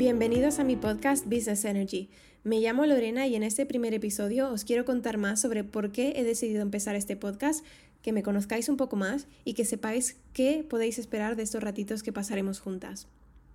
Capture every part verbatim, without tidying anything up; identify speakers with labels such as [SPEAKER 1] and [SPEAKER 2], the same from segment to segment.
[SPEAKER 1] Bienvenidos a mi podcast Business Energy. Me llamo Lorena y en este primer episodio os quiero contar más sobre por qué he decidido empezar este podcast, que me conozcáis un poco más y que sepáis qué podéis esperar de estos ratitos que pasaremos juntas.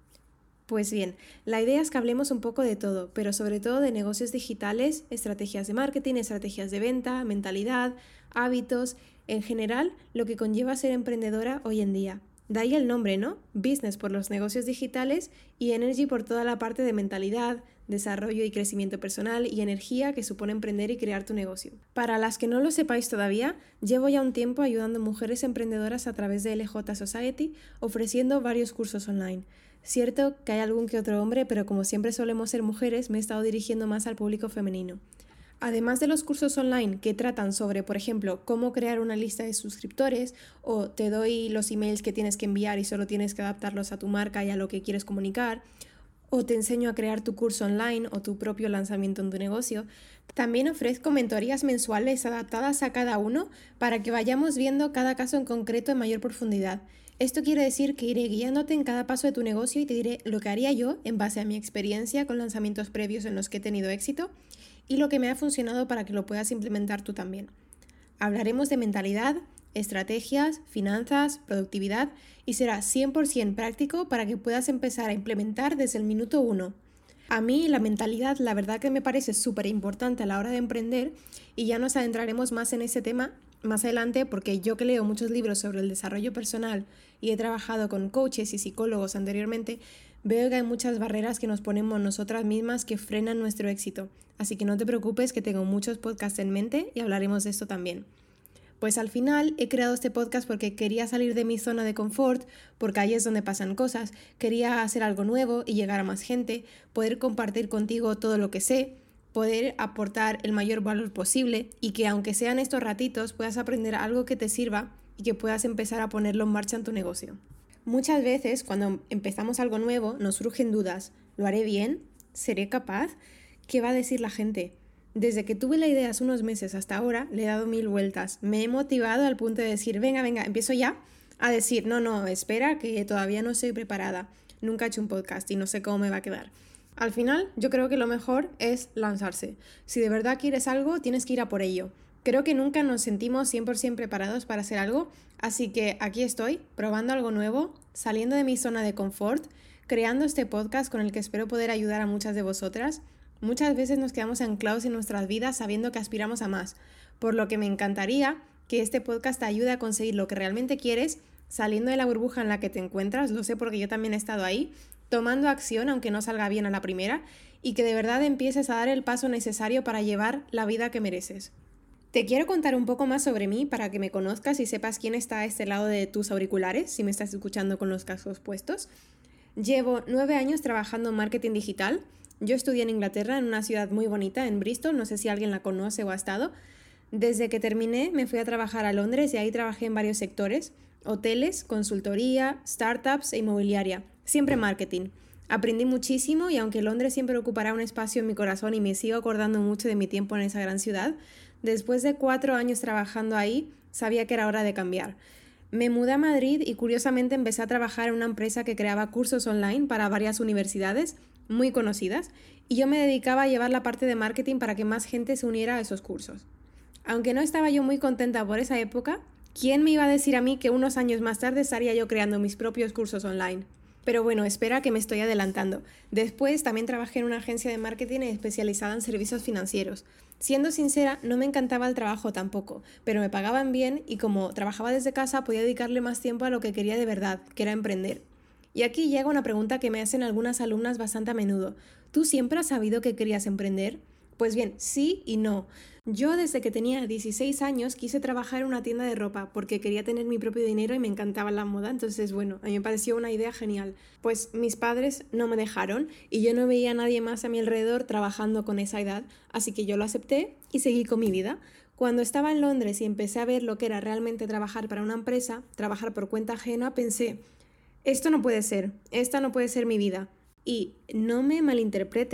[SPEAKER 1] Pues bien, la idea es que hablemos un poco de todo, pero sobre todo de negocios digitales, estrategias de marketing, estrategias de venta, mentalidad, hábitos, en general lo que conlleva ser emprendedora hoy en día. De ahí el nombre, ¿no? Business por los negocios digitales y Energy por toda la parte de mentalidad, desarrollo y crecimiento personal y energía que supone emprender y crear tu negocio. Para las que no lo sepáis todavía, llevo ya un tiempo ayudando a mujeres emprendedoras a través de L J Society, ofreciendo varios cursos online. Cierto que hay algún que otro hombre, pero como siempre solemos ser mujeres, me he estado dirigiendo más al público femenino. Además de los cursos online que tratan sobre, por ejemplo, cómo crear una lista de suscriptores o te doy los emails que tienes que enviar y solo tienes que adaptarlos a tu marca y a lo que quieres comunicar, o te enseño a crear tu curso online o tu propio lanzamiento en tu negocio, también ofrezco mentorías mensuales adaptadas a cada uno para que vayamos viendo cada caso en concreto en mayor profundidad. Esto quiere decir que iré guiándote en cada paso de tu negocio y te diré lo que haría yo en base a mi experiencia con lanzamientos previos en los que he tenido éxito y lo que me ha funcionado para que lo puedas implementar tú también. Hablaremos de mentalidad, estrategias, finanzas, productividad y será cien por ciento práctico para que puedas empezar a implementar desde el minuto uno. A mí la mentalidad la verdad que me parece súper importante a la hora de emprender y ya nos adentraremos más en ese tema más adelante porque yo que leo muchos libros sobre el desarrollo personal y he trabajado con coaches y psicólogos anteriormente, veo que hay muchas barreras que nos ponemos nosotras mismas que frenan nuestro éxito. Así que no te preocupes que tengo muchos podcasts en mente y hablaremos de esto también. Pues al final he creado este podcast porque quería salir de mi zona de confort, porque ahí es donde pasan cosas, quería hacer algo nuevo y llegar a más gente, poder compartir contigo todo lo que sé, poder aportar el mayor valor posible y que aunque sean estos ratitos puedas aprender algo que te sirva y que puedas empezar a ponerlo en marcha en tu negocio. Muchas veces cuando empezamos algo nuevo nos surgen dudas. ¿Lo haré bien? ¿Seré capaz? ¿Qué va a decir la gente? Desde que tuve la idea hace unos meses hasta ahora le he dado mil vueltas. Me he motivado al punto de decir, venga, venga, empiezo ya a decir, no, no, espera que todavía no estoy preparada. Nunca he hecho un podcast y no sé cómo me va a quedar. Al final, yo creo que lo mejor es lanzarse. Si de verdad quieres algo, tienes que ir a por ello. Creo que nunca nos sentimos cien por ciento preparados para hacer algo, así que aquí estoy, probando algo nuevo, saliendo de mi zona de confort, creando este podcast con el que espero poder ayudar a muchas de vosotras. Muchas veces nos quedamos anclados en nuestras vidas sabiendo que aspiramos a más, por lo que me encantaría que este podcast te ayude a conseguir lo que realmente quieres, saliendo de la burbuja en la que te encuentras, lo sé porque yo también he estado ahí, tomando acción aunque no salga bien a la primera, y que de verdad empieces a dar el paso necesario para llevar la vida que mereces. Te quiero contar un poco más sobre mí para que me conozcas y sepas quién está a este lado de tus auriculares, si me estás escuchando con los cascos puestos. Llevo nueve años trabajando en marketing digital. Yo estudié en Inglaterra, en una ciudad muy bonita, en Bristol, no sé si alguien la conoce o ha estado. Desde que terminé me fui a trabajar a Londres y ahí trabajé en varios sectores, hoteles, consultoría, startups e inmobiliaria, siempre marketing. Aprendí muchísimo y aunque Londres siempre ocupará un espacio en mi corazón y me sigo acordando mucho de mi tiempo en esa gran ciudad, después de cuatro años trabajando ahí, sabía que era hora de cambiar. Me mudé a Madrid y curiosamente empecé a trabajar en una empresa que creaba cursos online para varias universidades muy conocidas y yo me dedicaba a llevar la parte de marketing para que más gente se uniera a esos cursos. Aunque no estaba yo muy contenta por esa época, ¿quién me iba a decir a mí que unos años más tarde estaría yo creando mis propios cursos online? Pero bueno, espera que me estoy adelantando. Después también trabajé en una agencia de marketing especializada en servicios financieros. Siendo sincera, no me encantaba el trabajo tampoco, pero me pagaban bien y como trabajaba desde casa podía dedicarle más tiempo a lo que quería de verdad, que era emprender. Y aquí llega una pregunta que me hacen algunas alumnas bastante a menudo. ¿Tú siempre has sabido que querías emprender? Pues bien, sí y no. Yo desde que tenía dieciséis años quise trabajar en una tienda de ropa porque quería tener mi propio dinero y me encantaba la moda, entonces bueno, a mí me pareció una idea genial. Pues mis padres no me dejaron y yo no veía a nadie más a mi alrededor trabajando con esa edad, así que yo lo acepté y seguí con mi vida. Cuando estaba en Londres y empecé a ver lo que era realmente trabajar para una empresa, trabajar por cuenta ajena, pensé, esto no puede ser, esta no puede ser mi vida. Y no me malinterpretes,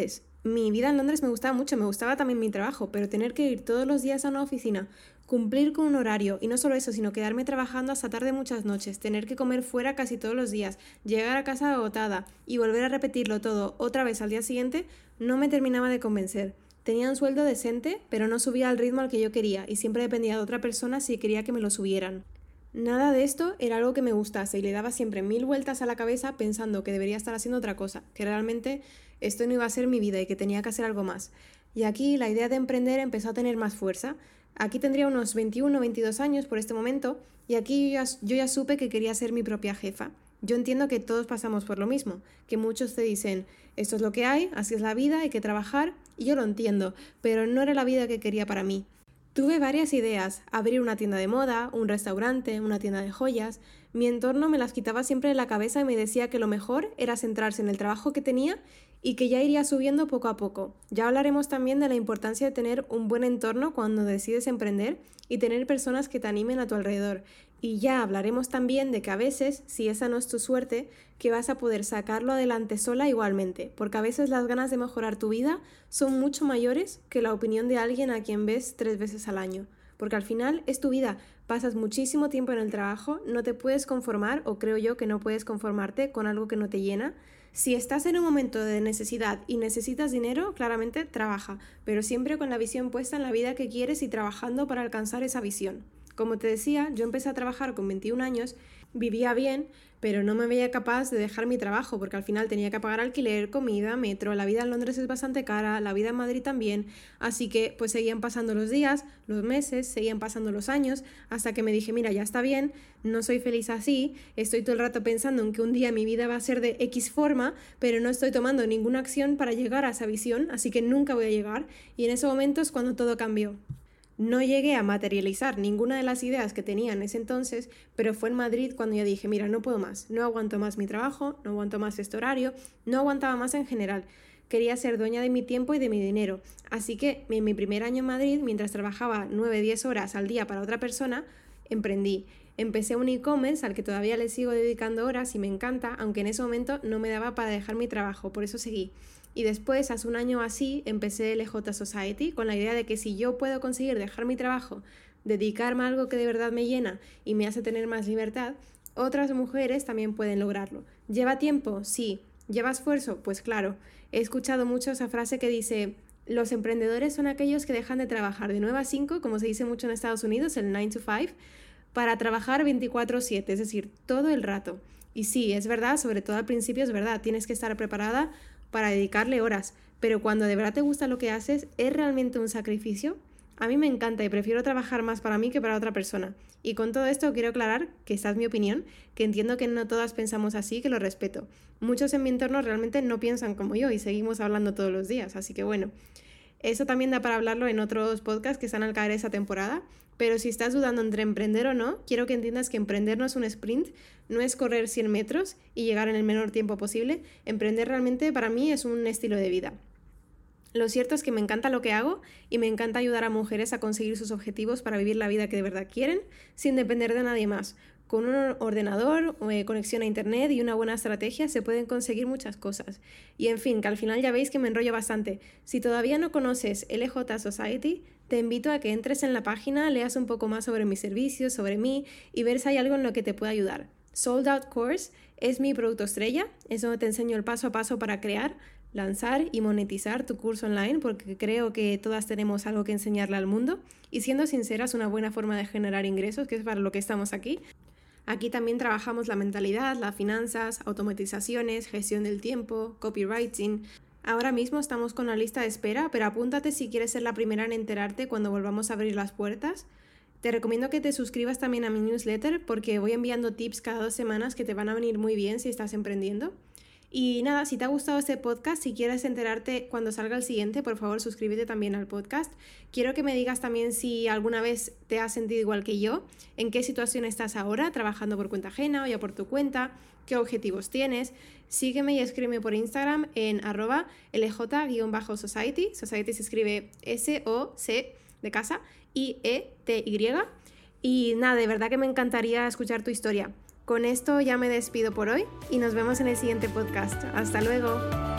[SPEAKER 1] Mi vida en Londres me gustaba mucho, me gustaba también mi trabajo, pero tener que ir todos los días a una oficina, cumplir con un horario, y no solo eso, sino quedarme trabajando hasta tarde muchas noches, tener que comer fuera casi todos los días, llegar a casa agotada y volver a repetirlo todo otra vez al día siguiente, no me terminaba de convencer. Tenía un sueldo decente, pero no subía al ritmo al que yo quería, y siempre dependía de otra persona si quería que me lo subieran. Nada de esto era algo que me gustase y le daba siempre mil vueltas a la cabeza pensando que debería estar haciendo otra cosa, que realmente esto no iba a ser mi vida y que tenía que hacer algo más. Y aquí la idea de emprender empezó a tener más fuerza. Aquí tendría unos veintiuno o veintidós años por este momento y aquí yo ya, yo ya supe que quería ser mi propia jefa. Yo entiendo que todos pasamos por lo mismo, que muchos te dicen, esto es lo que hay, así es la vida, hay que trabajar, y yo lo entiendo, pero no era la vida que quería para mí. Tuve varias ideas, abrir una tienda de moda, un restaurante, una tienda de joyas. Mi entorno me las quitaba siempre de la cabeza y me decía que lo mejor era centrarse en el trabajo que tenía y que ya iría subiendo poco a poco. Ya hablaremos también de la importancia de tener un buen entorno cuando decides emprender y tener personas que te animen a tu alrededor. Y ya hablaremos también de que a veces, si esa no es tu suerte, que vas a poder sacarlo adelante sola igualmente, porque a veces las ganas de mejorar tu vida son mucho mayores que la opinión de alguien a quien ves tres veces al año. Porque al final es tu vida, pasas muchísimo tiempo en el trabajo, no te puedes conformar, o creo yo que no puedes conformarte con algo que no te llena. Si estás en un momento de necesidad y necesitas dinero, claramente trabaja, pero siempre con la visión puesta en la vida que quieres y trabajando para alcanzar esa visión. Como te decía, yo empecé a trabajar con veintiún años, vivía bien, pero no me veía capaz de dejar mi trabajo porque al final tenía que pagar alquiler, comida, metro, la vida en Londres es bastante cara, la vida en Madrid también, así que pues seguían pasando los días, los meses, seguían pasando los años, hasta que me dije, mira, ya está bien, no soy feliz así, estoy todo el rato pensando en que un día mi vida va a ser de X forma, pero no estoy tomando ninguna acción para llegar a esa visión, así que nunca voy a llegar, y en ese momento es cuando todo cambió. No llegué a materializar ninguna de las ideas que tenía en ese entonces, pero fue en Madrid cuando ya dije, mira, no puedo más, no aguanto más mi trabajo, no aguanto más este horario, no aguantaba más en general. Quería ser dueña de mi tiempo y de mi dinero. Así que en mi primer año en Madrid, mientras trabajaba nueve a diez horas al día para otra persona, emprendí. Empecé un e-commerce al que todavía le sigo dedicando horas y me encanta, aunque en ese momento no me daba para dejar mi trabajo, por eso seguí. Y después, hace un año así, empecé L J Society con la idea de que si yo puedo conseguir dejar mi trabajo, dedicarme a algo que de verdad me llena y me hace tener más libertad, otras mujeres también pueden lograrlo. ¿Lleva tiempo? Sí. ¿Lleva esfuerzo? Pues claro. He escuchado mucho esa frase que dice, los emprendedores son aquellos que dejan de trabajar de nueve a cinco, como se dice mucho en Estados Unidos, el nine to five, para trabajar veinticuatro siete, es decir, todo el rato. Y sí, es verdad, sobre todo al principio es verdad, tienes que estar preparada para dedicarle horas, pero cuando de verdad te gusta lo que haces, ¿es realmente un sacrificio? A mí me encanta y prefiero trabajar más para mí que para otra persona. Y con todo esto quiero aclarar que esta es mi opinión, que entiendo que no todas pensamos así, que lo respeto. Muchos en mi entorno realmente no piensan como yo y seguimos hablando todos los días, así que bueno. Eso también da para hablarlo en otros podcasts que están al caer esa temporada, pero si estás dudando entre emprender o no, quiero que entiendas que emprender no es un sprint, no es correr cien metros y llegar en el menor tiempo posible. Emprender realmente para mí es un estilo de vida. Lo cierto es que me encanta lo que hago y me encanta ayudar a mujeres a conseguir sus objetivos para vivir la vida que de verdad quieren, sin depender de nadie más. Con un ordenador, eh, conexión a internet y una buena estrategia se pueden conseguir muchas cosas. Y en fin, que al final ya veis que me enrollo bastante. Si todavía no conoces L J Society, te invito a que entres en la página, leas un poco más sobre mis servicios, sobre mí y ver si hay algo en lo que te pueda ayudar. Sold Out Course es mi producto estrella, es donde te enseño el paso a paso para crear, lanzar y monetizar tu curso online, porque creo que todas tenemos algo que enseñarle al mundo y siendo sinceras, una buena forma de generar ingresos, que es para lo que estamos aquí. Aquí también trabajamos la mentalidad, las finanzas, automatizaciones, gestión del tiempo, copywriting. Ahora mismo estamos con la lista de espera, pero apúntate si quieres ser la primera en enterarte cuando volvamos a abrir las puertas. Te recomiendo que te suscribas también a mi newsletter porque voy enviando tips cada dos semanas que te van a venir muy bien si estás emprendiendo. Y nada, si te ha gustado este podcast, si quieres enterarte cuando salga el siguiente, por favor suscríbete también al podcast. Quiero que me digas también si alguna vez te has sentido igual que yo, en qué situación estás ahora, trabajando por cuenta ajena o ya por tu cuenta, qué objetivos tienes. Sígueme y escríbeme por Instagram en arroba lj-society. Society se escribe S O C de casa I E T Y. Y nada, de verdad que me encantaría escuchar tu historia. Con esto ya me despido por hoy y nos vemos en el siguiente podcast. ¡Hasta luego!